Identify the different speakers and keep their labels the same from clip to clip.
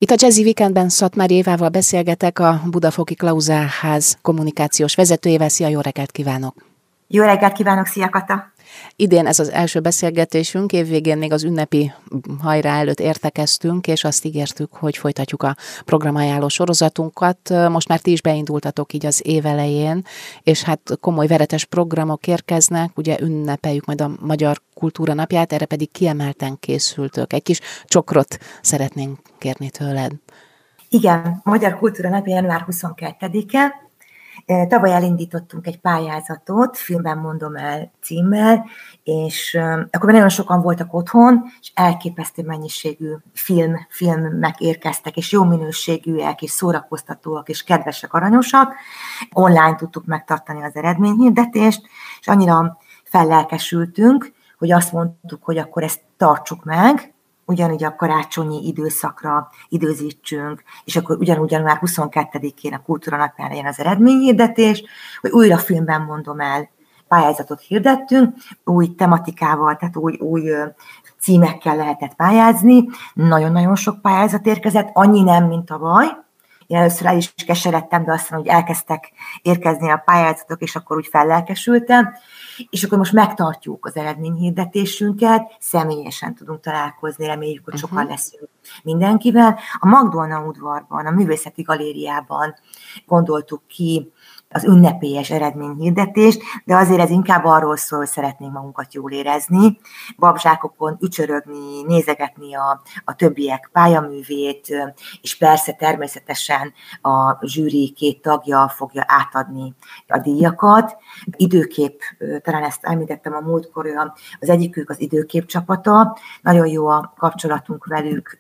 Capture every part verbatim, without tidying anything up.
Speaker 1: Itt a Jazzy Weekendben Szatmári Évával beszélgetek, a Budafoki Klauzálház kommunikációs vezetőjével. Szia, jó reggelt kívánok!
Speaker 2: Jó reggelt kívánok, szia Kata!
Speaker 1: Idén ez az első beszélgetésünk, évvégén még az ünnepi hajrá előtt értekeztünk, és azt ígértük, hogy folytatjuk a programajánló sorozatunkat. Most már ti is beindultatok így az év elején, és hát komoly veretes programok érkeznek, ugye ünnepeljük majd a Magyar Kultúra Napját, erre pedig kiemelten készültök. Egy kis csokrot szeretnénk kérni tőled.
Speaker 2: Igen, Magyar Kultúra Napja január huszonkettedike. Tavaly elindítottunk egy pályázatot, Filmben mondom el címmel, és akkor nagyon sokan voltak otthon, és elképesztő mennyiségű film, filmek érkeztek, és jó minőségűek, és szórakoztatóak, és kedvesek, aranyosak. Online tudtuk megtartani az eredményhirdetést, és annyira fellelkesültünk, hogy azt mondtuk, hogy akkor ezt tartsuk meg, ugyanígy a karácsonyi időszakra időzítsünk, és akkor ugyanúgy január huszonkettedikén a Kultúra Napján legyen az eredményhirdetés, hogy újra Filmben mondom el pályázatot hirdettünk, új tematikával, tehát új, új címekkel lehetett pályázni. Nagyon-nagyon sok pályázat érkezett, annyi nem, mint tavaly. Én először el is keseredtem, de aztán, hogy elkezdtek érkezni a pályázatok, és akkor úgy fellelkesültem. És akkor most megtartjuk az eredményhirdetésünket, személyesen tudunk találkozni, reméljük, hogy sokan leszünk mindenkivel. A Magdolna udvarban, a Művészeti Galériában gondoltuk ki az ünnepélyes eredményhirdetést, de azért ez inkább arról szól, hogy szeretnénk magunkat jól érezni, babzsákokon ücsörögni, nézegetni a, a többiek pályaművét, és persze természetesen a zsűri két tagja fogja átadni a díjakat. Időkép, talán ezt említettem a múltkor, az egyikük az Időkép csapata, nagyon jó a kapcsolatunk velük,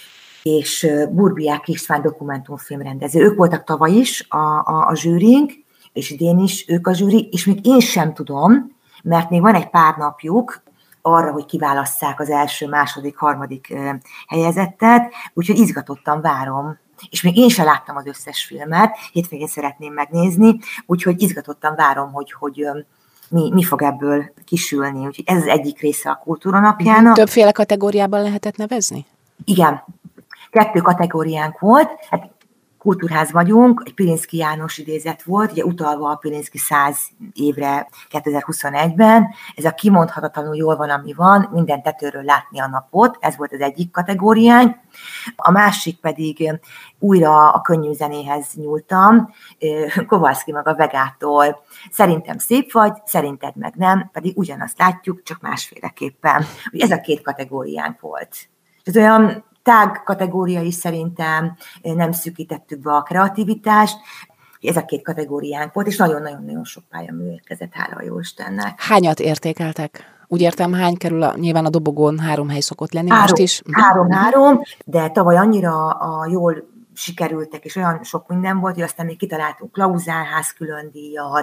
Speaker 2: és Burbiák István dokumentumfilmrendező. Ők voltak tavaly is a, a, a zsűrink, és idén is ők a zsűri, és még én sem tudom, mert még van egy pár napjuk arra, hogy kiválasszák az első, második, harmadik helyezettet, úgyhogy izgatottan várom. És még én sem láttam az összes filmet, hétvégén szeretném megnézni, úgyhogy izgatottan várom, hogy, hogy mi, mi fog ebből kisülni. Úgyhogy ez az egyik része a Kultúra Napjának.
Speaker 1: Többféle kategóriában lehetett nevezni?
Speaker 2: Igen. Kettő kategóriánk volt, hát kultúrház vagyunk, egy Pilinszky János idézet volt, ugye utalva a Pilinszky száz évre kétezer-huszonegyben, ez a kimondhatatlanul jól van, ami van, minden tetőről látni a napot, ez volt az egyik kategóriánk. A másik pedig újra a könnyű zenéhez nyúltam, Kowalski meg a Vegától. Szerintem szép vagy, szerinted meg nem, pedig ugyanazt látjuk, csak másféleképpen. Ez a két kategóriánk volt. Ez olyan tág kategória is szerintem nem szűkítettük be a kreativitást. Ez a két kategóriánk volt, és nagyon-nagyon-nagyon sok pályamű érkezett, hála a Jóistennek.
Speaker 1: Hányat értékeltek? Úgy értem, hány kerül, a, nyilván a dobogón három hely szokott lenni
Speaker 2: három,
Speaker 1: most is?
Speaker 2: Három-három, de tavaly annyira a jól sikerültek, és olyan sok minden volt, hogy aztán még kitaláltunk Klauzálház külön díjat,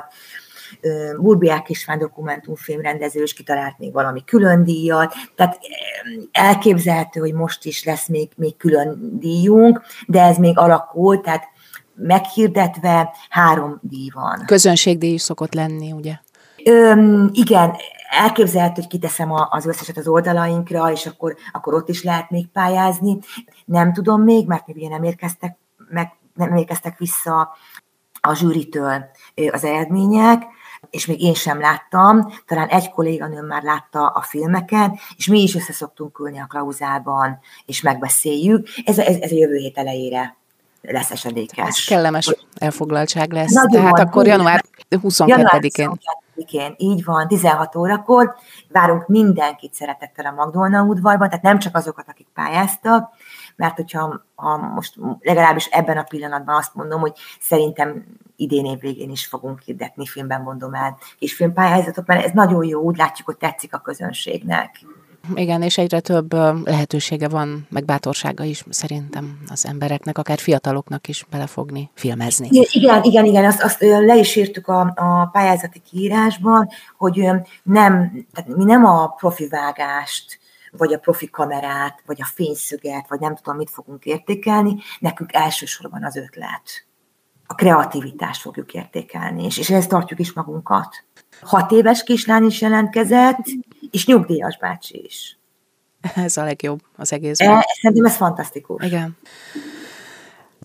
Speaker 2: Burbiák István dokumentumfilmrendező is kitalált még valami külön díjat, tehát elképzelhető, hogy most is lesz még, még külön díjunk, de ez még alakul, tehát meghirdetve három díj van.
Speaker 1: Közönségdíj is szokott lenni, ugye?
Speaker 2: Öm, igen, elképzelhető, hogy kiteszem az összeset az oldalainkra, és akkor, akkor ott is lehet még pályázni. Nem tudom még, mert még ugye nem érkeztek, meg, nem érkeztek vissza a zsűritől az eredmények, és még én sem láttam, talán egy kolléganőm már látta a filmeket, és mi is össze szoktunk ülni a Klauzálban, és megbeszéljük. Ez, ez, ez a jövő hét elejére lesz esedékes.
Speaker 1: Ez kellemes elfoglaltság lesz.
Speaker 2: Nagyon
Speaker 1: Tehát
Speaker 2: van,
Speaker 1: akkor január huszonkettedikén.
Speaker 2: január huszonkettedikén, így van, tizenhat órakor. Várunk mindenkit szeretettel a Magdolna udvarban, tehát nem csak azokat, akik pályáztak, mert hogyha ha most legalábbis ebben a pillanatban azt mondom, hogy szerintem idén év végén is fogunk hirdetni, Filmben mondom el, és filmpályázatok, mert ez nagyon jó, úgy látjuk, hogy tetszik a közönségnek.
Speaker 1: Igen, és egyre több lehetősége van, meg bátorsága is szerintem az embereknek, akár fiataloknak is belefogni, filmezni.
Speaker 2: Igen, igen, igen, azt, azt le is írtuk a, a pályázati kiírásban, hogy nem, tehát mi nem a profi vágást, vagy a profi kamerát, vagy a fényszöget, vagy nem tudom, mit fogunk értékelni, nekünk elsősorban az ötlet. A kreativitást fogjuk értékelni, és, és ezt tartjuk is magunkat. Hat éves kislány is jelentkezett, és nyugdíjas bácsi is.
Speaker 1: Ez a legjobb az egészben.
Speaker 2: E, szerintem ez fantasztikus.
Speaker 1: Igen.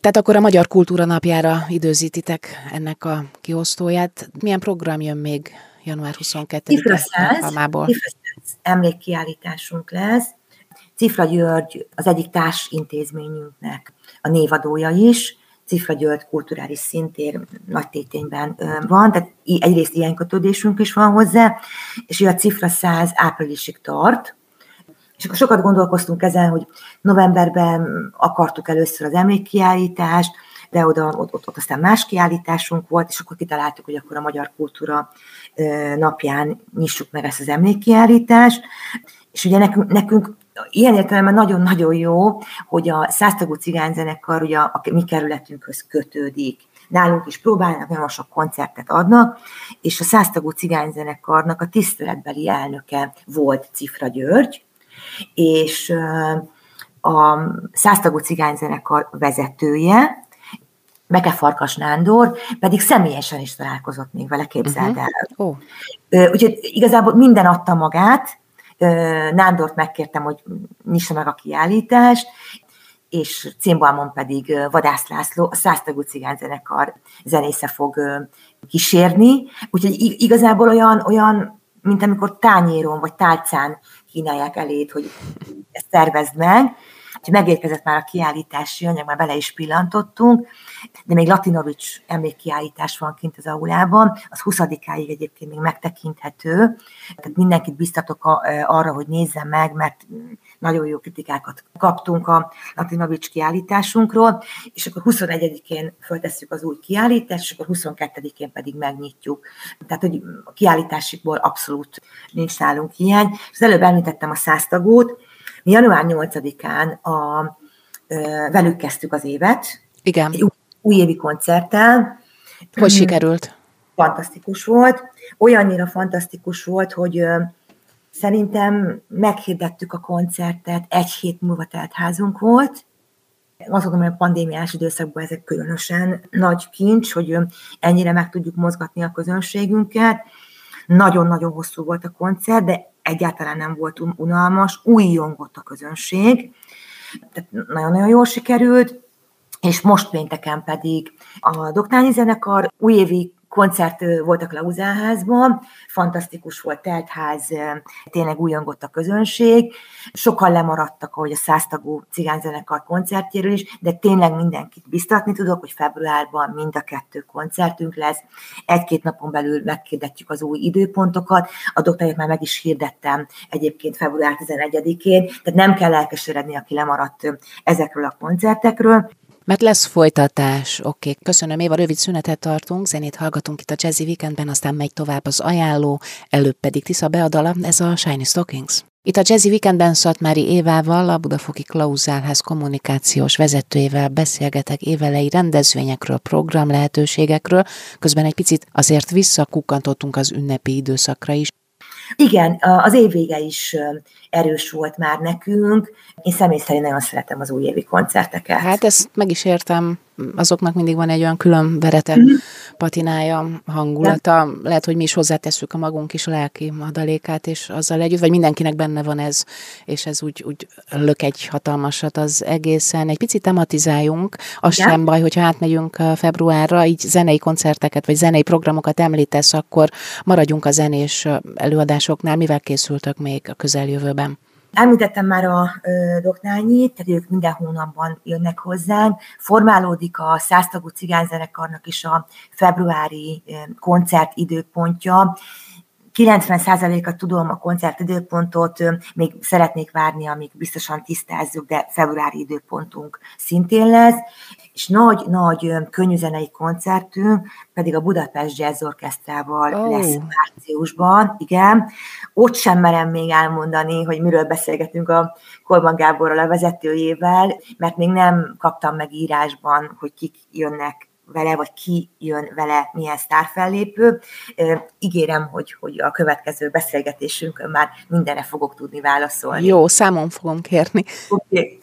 Speaker 1: Tehát akkor a Magyar Kultúra Napjára időzítitek ennek a kiosztóját. Milyen program jön még január huszonkettedike alkalmából?
Speaker 2: Cifra száz emlékkiállításunk lesz. Cifra György az egyik társintézményünknek a névadója is. Cifra György kulturális szintér nagy tétényben van, tehát egyrészt ilyen kötődésünk is van hozzá, és a Cifra száz áprilisig tart. És akkor sokat gondolkoztunk ezen, hogy novemberben akartuk először az emlékkiállítást, de oda, ott, ott, ott aztán más kiállításunk volt, és akkor kitaláltuk, hogy akkor a Magyar Kultúra napján nyissuk meg ezt az emlékkiállítást. És ugye nekünk, nekünk ilyen értelemben nagyon-nagyon jó, hogy a száztagú cigányzenekar ugye a, a mi kerületünkhöz kötődik. Nálunk is próbálnak, nagyon sok koncertet adnak, és a száztagú cigányzenekarnak a tiszteletbeli elnöke volt Cifra György, és a száztagú cigányzenekar vezetője, Beke Farkas Nándor, pedig személyesen is találkozott még vele, képzeld el. Uh-huh. Oh. Úgyhogy igazából minden adta magát. Nándort megkértem, hogy nyissa meg a kiállítást, és címbalmon pedig Vadász László, a száztagú cigányzenekar zenésze fog kísérni. Úgyhogy igazából olyan, olyan, mint amikor tányéron vagy tálcán kínálják eléd, hogy ezt szervezd meg. Úgyhogy megérkezett már a kiállítási anyag, már bele is pillantottunk, de még Latinovics emlékkiállítás van kint az aulában, az huszadikáig egyébként még megtekinthető, tehát mindenkit biztatok arra, hogy nézzen meg, mert nagyon jó kritikákat kaptunk a Latinovics kiállításunkról, és akkor huszonegyedikén föltesszük az új kiállítást, és akkor huszonkettedikén pedig megnyitjuk. Tehát, hogy a kiállításikból abszolút nincs nálunk hiány. És az előbb említettem a száztagút. Mi január nyolcadikán a, ö, velük kezdtük az évet.
Speaker 1: Igen.
Speaker 2: Egy új, újévi koncerttel.
Speaker 1: Hogy sikerült?
Speaker 2: Fantasztikus volt. Olyannyira fantasztikus volt, hogy ö, szerintem meghirdettük a koncertet, egy hét múlva telt házunk volt. Azt mondom, hogy a pandémiás időszakban ezek különösen nagy kincs, hogy ö, ennyire meg tudjuk mozgatni a közönségünket. Nagyon-nagyon hosszú volt a koncert, de egyáltalán nem volt unalmas, újjongott a közönség, tehát nagyon-nagyon jól sikerült, és most pénteken pedig a Doknányi zenekar újévi koncert volt a Klauzálházban, fantasztikus volt, telt ház, tényleg újjongott a közönség, sokan lemaradtak, ahogy a száztagú cigányzenekar koncertjéről is, de tényleg mindenkit biztatni tudok, hogy februárban mind a kettő koncertünk lesz, egy-két napon belül meghirdetjük az új időpontokat, a doktorért már meg is hirdettem egyébként február tizenegyedikén, tehát nem kell elkeseredni, aki lemaradt ezekről a koncertekről.
Speaker 1: Mert lesz folytatás, oké. Okay. Köszönöm, Éva, rövid szünetet tartunk, zenét hallgatunk itt a Jazzy Weekendben, aztán megy tovább az ajánló, előbb pedig Tisza Beadala, ez a Shiny Stockings. Itt a Jazzy Weekendben Szatmári Évával, a Budafoki Klauzálház kommunikációs vezetőjével beszélgetek évelei rendezvényekről, program lehetőségekről, közben egy picit azért visszakukkantottunk az ünnepi időszakra is.
Speaker 2: Igen, az évvége is erős volt már nekünk. Én személy szerint nagyon szeretem az újévi koncerteket.
Speaker 1: Hát ezt meg is értem, azoknak mindig van egy olyan külön verete, mm-hmm. patinája, hangulata. Lehet, hogy mi is hozzátesszük a magunk is lelki adalékát, és azzal együtt, vagy mindenkinek benne van ez, és ez úgy, úgy lök egy hatalmasat az egészen. Egy picit tematizáljunk, az Igen. sem baj, hogyha átmegyünk februárra, így zenei koncerteket, vagy zenei programokat említesz, akkor maradjunk a zenés előadásoknál. Mivel készültök még a közeljövőben?
Speaker 2: Említettem már a ö, Doknányit, tehát ők minden hónapban jönnek hozzánk. Formálódik a száztagú cigányzenekarnak is a februári ö, koncert időpontja. kilencven százaléka tudom a koncert időpontot, ö, még szeretnék várni, amíg biztosan tisztázzuk, de februári időpontunk szintén lesz. És nagy-nagy könnyűzenei koncertünk pedig a Budapest Jazz Orchestrával oh. lesz márciusban, igen. Ott sem merem még elmondani, hogy miről beszélgetünk a Kolban Gáborral, a vezetőjével, mert még nem kaptam meg írásban, hogy kik jönnek vele, vagy ki jön vele, milyen sztárfellépő. Ígérem, hogy, hogy a következő beszélgetésünkön már mindenre fogok tudni válaszolni.
Speaker 1: Jó, számon fogom kérni.
Speaker 2: Oké. Okay.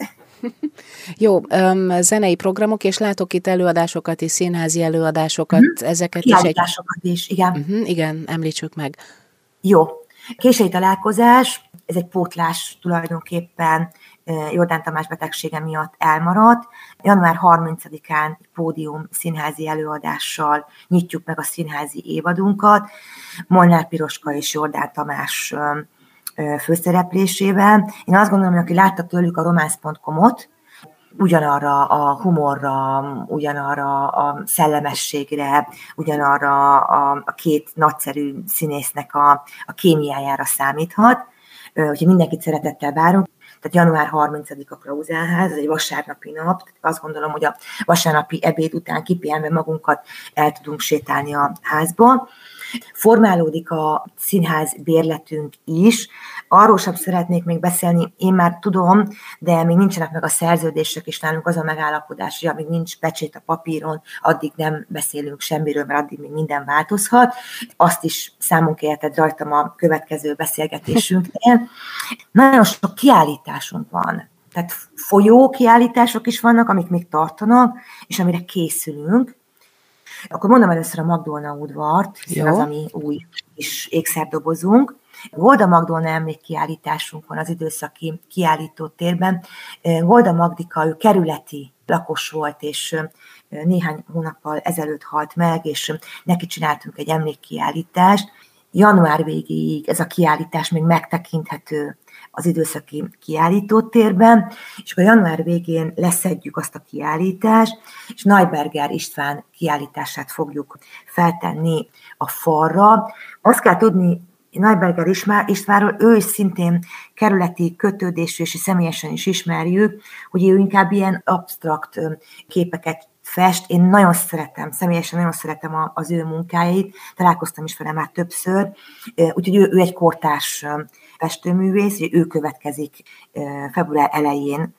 Speaker 1: Jó, um, zenei programok, és látok itt előadásokat és színházi előadásokat, mm-hmm. ezeket is egy...
Speaker 2: is, igen.
Speaker 1: Uh-huh, igen, említsük meg.
Speaker 2: Jó. Késői találkozás, ez egy pótlás tulajdonképpen Jordán Tamás betegsége miatt elmaradt. január harmincadikán pódium színházi előadással nyitjuk meg a színházi évadunkat, Molnár Piroska és Jordán Tamás főszereplésével. Én azt gondolom, hogy aki látta tőlük a romance pont com-ot, ugyanarra a humorra, ugyanarra a szellemességre, ugyanarra a, a két nagyszerű színésznek a, a kémiájára számíthat. Úgyhogy mindenkit szeretettel várunk. Tehát január harmincadika Klauzálház, ez egy vasárnapi nap. Azt gondolom, hogy a vasárnapi ebéd után kipihenve magunkat el tudunk sétálni a házba. Formálódik a színház bérletünk is. Arról sem szeretnék még beszélni, én már tudom, de még nincsenek meg a szerződések, és nálunk az a megállapodás, hogy amíg nincs pecsét a papíron, addig nem beszélünk semmiről, mert addig még minden változhat. Azt is számon kérted rajtam a következő beszélgetésünknél. Nagyon sok kiállításunk van. Tehát folyó kiállítások is vannak, amik még tartanak, és amire készülünk. Akkor mondom először a Magdolna udvart, hiszen az, ami új kis ékszerdobozunk. Golda Magdolna emlékkiállításunk van az időszaki kiállító térben. Golda Magdika, ő kerületi lakos volt, és néhány hónappal ezelőtt halt meg, és neki csináltunk egy emlékkiállítást. Január végéig ez a kiállítás még megtekinthető az időszaki kiállítótérben, és akkor január végén leszedjük azt a kiállítást, és Neuberger István kiállítását fogjuk feltenni a falra. Azt kell tudni Neuberger Istvánról, ő is szintén kerületi kötődésű, és személyesen is ismerjük, hogy ő inkább ilyen absztrakt képeket fest. Én nagyon szeretem, személyesen nagyon szeretem az ő munkáit, találkoztam is vele már többször, úgyhogy ő, ő egy kortárs festőművész, ő következik február elején.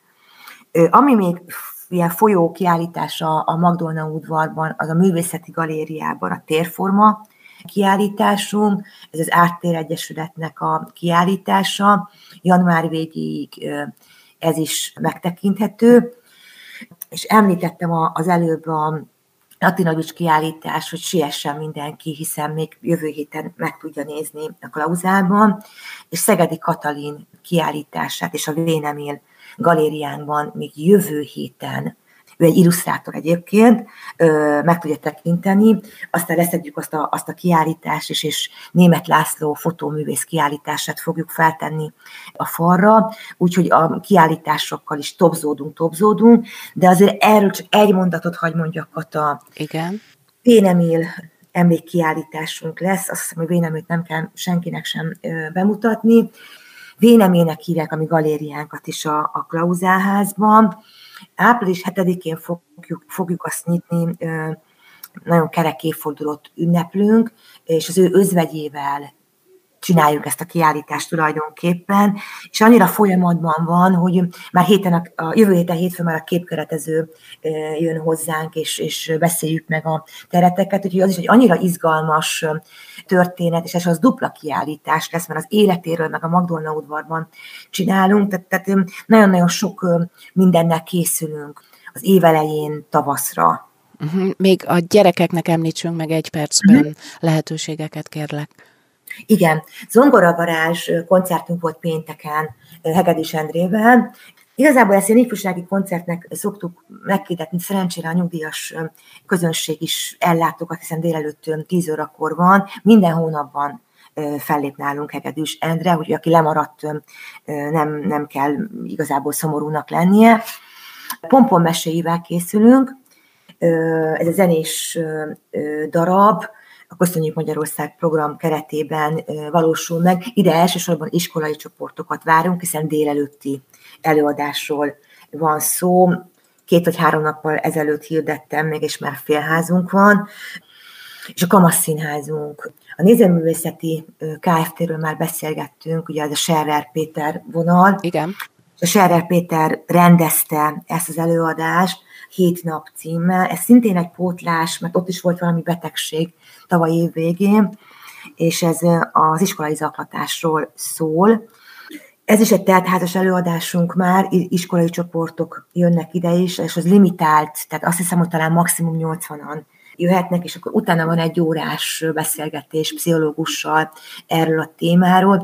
Speaker 2: Ami még ilyen folyó kiállítása a Magdolna udvarban, az a Művészeti Galériában a Térforma kiállításunk, ez az Ártér Egyesületnek a kiállítása, január végéig ez is megtekinthető, és említettem az előbb a Latinovics kiállítás, hogy siessen mindenki, hiszen még jövő héten meg tudja nézni a Klauzálban, és Szegedi Katalin kiállítását és a Vénemél galériánkban még jövő héten, ő egy illusztrátor egyébként, meg tudja tekinteni, aztán leszedjük azt a, azt a kiállítást is, és Németh László fotóművész kiállítását fogjuk feltenni a falra, úgyhogy a kiállításokkal is tobzódunk, tobzódunk, de azért erről csak egy mondatot hagy mondjak, Kata.
Speaker 1: Igen.
Speaker 2: Vénemél emlékkiállításunk lesz, azt hiszem, hogy Vénemélt nem kell senkinek sem bemutatni. Vénemének hívják a mi galériánkat is a, a Klauzálházban. április hetedikén fogjuk, fogjuk azt nyitni, nagyon kerek évfordulót ünneplünk, és az ő özvegyével csináljuk ezt a kiállítást tulajdonképpen, és annyira folyamatban van, hogy már héten a, a jövő héten hétfőn már a képkeretező jön hozzánk, és, és beszéljük meg a kereteket, úgyhogy az is egy annyira izgalmas történet, és ez az dupla kiállítás lesz, mert az életéről meg a Magdolna udvarban csinálunk, tehát, tehát nagyon-nagyon sok mindennel készülünk az év elején tavaszra.
Speaker 1: Még a gyerekeknek említsünk meg egy percben uh-huh. lehetőségeket, kérlek.
Speaker 2: Igen, zongoravarázs koncertünk volt pénteken Hegedűs Endrével. Igazából ezt ilyen ifjúsági koncertnek szoktuk meghirdetni, szerencsére a nyugdíjas közönség is ellátogat, hiszen délelőtt tíz órakor van. Minden hónapban fellép nálunk Hegedűs Endre, hogy aki lemaradt, nem, nem kell igazából szomorúnak lennie. Pompon meséivel készülünk, ez a zenés darab, a Köszönjük Magyarország program keretében valósul meg. Ide elsősorban iskolai csoportokat várunk, hiszen délelőtti előadásról van szó. Két vagy három nappal ezelőtt hirdettem még, és már félházunk van. És a Kamasz Színházunk. A Nézőművészeti Kft-ről már beszélgettünk, ugye ez a Scherrer Péter vonal.
Speaker 1: Igen.
Speaker 2: A Scherrer Péter rendezte ezt az előadást, Hét nap címmel. Ez szintén egy pótlás, mert ott is volt valami betegség tavaly év végén, és ez az iskolai zaklatásról szól. Ez is egy teltházas előadásunk már, iskolai csoportok jönnek ide is, és az limitált, tehát azt hiszem, hogy talán maximum nyolcvanan jöhetnek, és akkor utána van egy órás beszélgetés pszichológussal erről a témáról.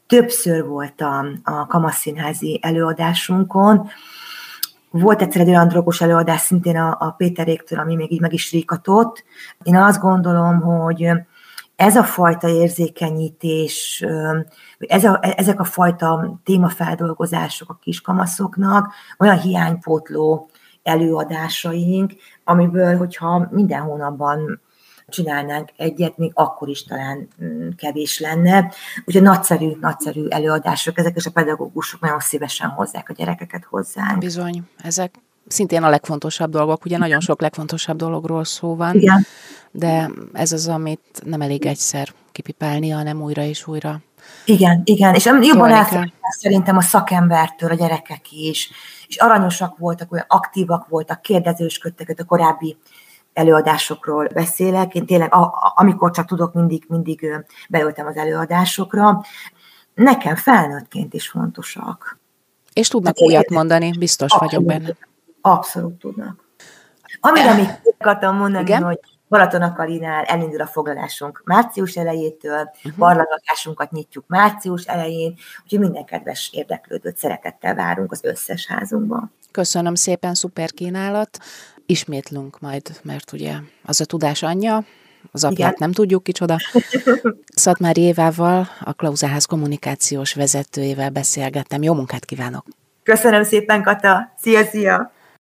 Speaker 2: többször voltam a kamaszszínházi előadásunkon. Volt egyszer egy olyan drogos előadás szintén a, a Péteréktől, ami még így meg is ríkatott. Én azt gondolom, hogy ez a fajta érzékenyítés, ez a, ezek a fajta témafeldolgozások a kiskamaszoknak olyan hiánypótló előadásaink, amiből, hogyha minden hónapban csinálnánk egyet, még akkor is talán kevés lenne. Úgyhogy nagyszerű, nagyszerű előadások, ezek és a pedagógusok nagyon szívesen hozzák a gyerekeket hozzánk.
Speaker 1: Bizony, ezek szintén a legfontosabb dolgok, ugye nagyon sok legfontosabb dologról szó van,
Speaker 2: Igen.
Speaker 1: De ez az, amit nem elég egyszer kipipálni, hanem újra és újra.
Speaker 2: Igen, igen, és jobban elfelejtem szerintem a szakembertől a gyerekek is, és aranyosak voltak, olyan aktívak voltak, kérdezősködtek, a korábbi előadásokról beszélek. Én tényleg, a, a, amikor csak tudok, mindig, mindig beöltem az előadásokra. Nekem felnőttként is fontosak.
Speaker 1: És tudnak hát újat mondani, biztos abszolút, vagyok benne.
Speaker 2: Abszolút tudnak. Amire még akartam mondani, igen? Hogy Balatonakalinál elindul a foglalásunk március elejétől, uh-huh. barlanglakásunkat nyitjuk március elején, úgyhogy minden kedves érdeklődőt szeretettel várunk az összes házunkban.
Speaker 1: Köszönöm szépen, szuper kínálat. Ismétlünk majd, mert ugye az a tudás anyja, az apját igen. Nem tudjuk kicsoda. Szatmári Évával, a Klauseház kommunikációs vezetőjével beszélgettem. Jó munkát kívánok!
Speaker 2: Köszönöm szépen, Kata! Szia, szia!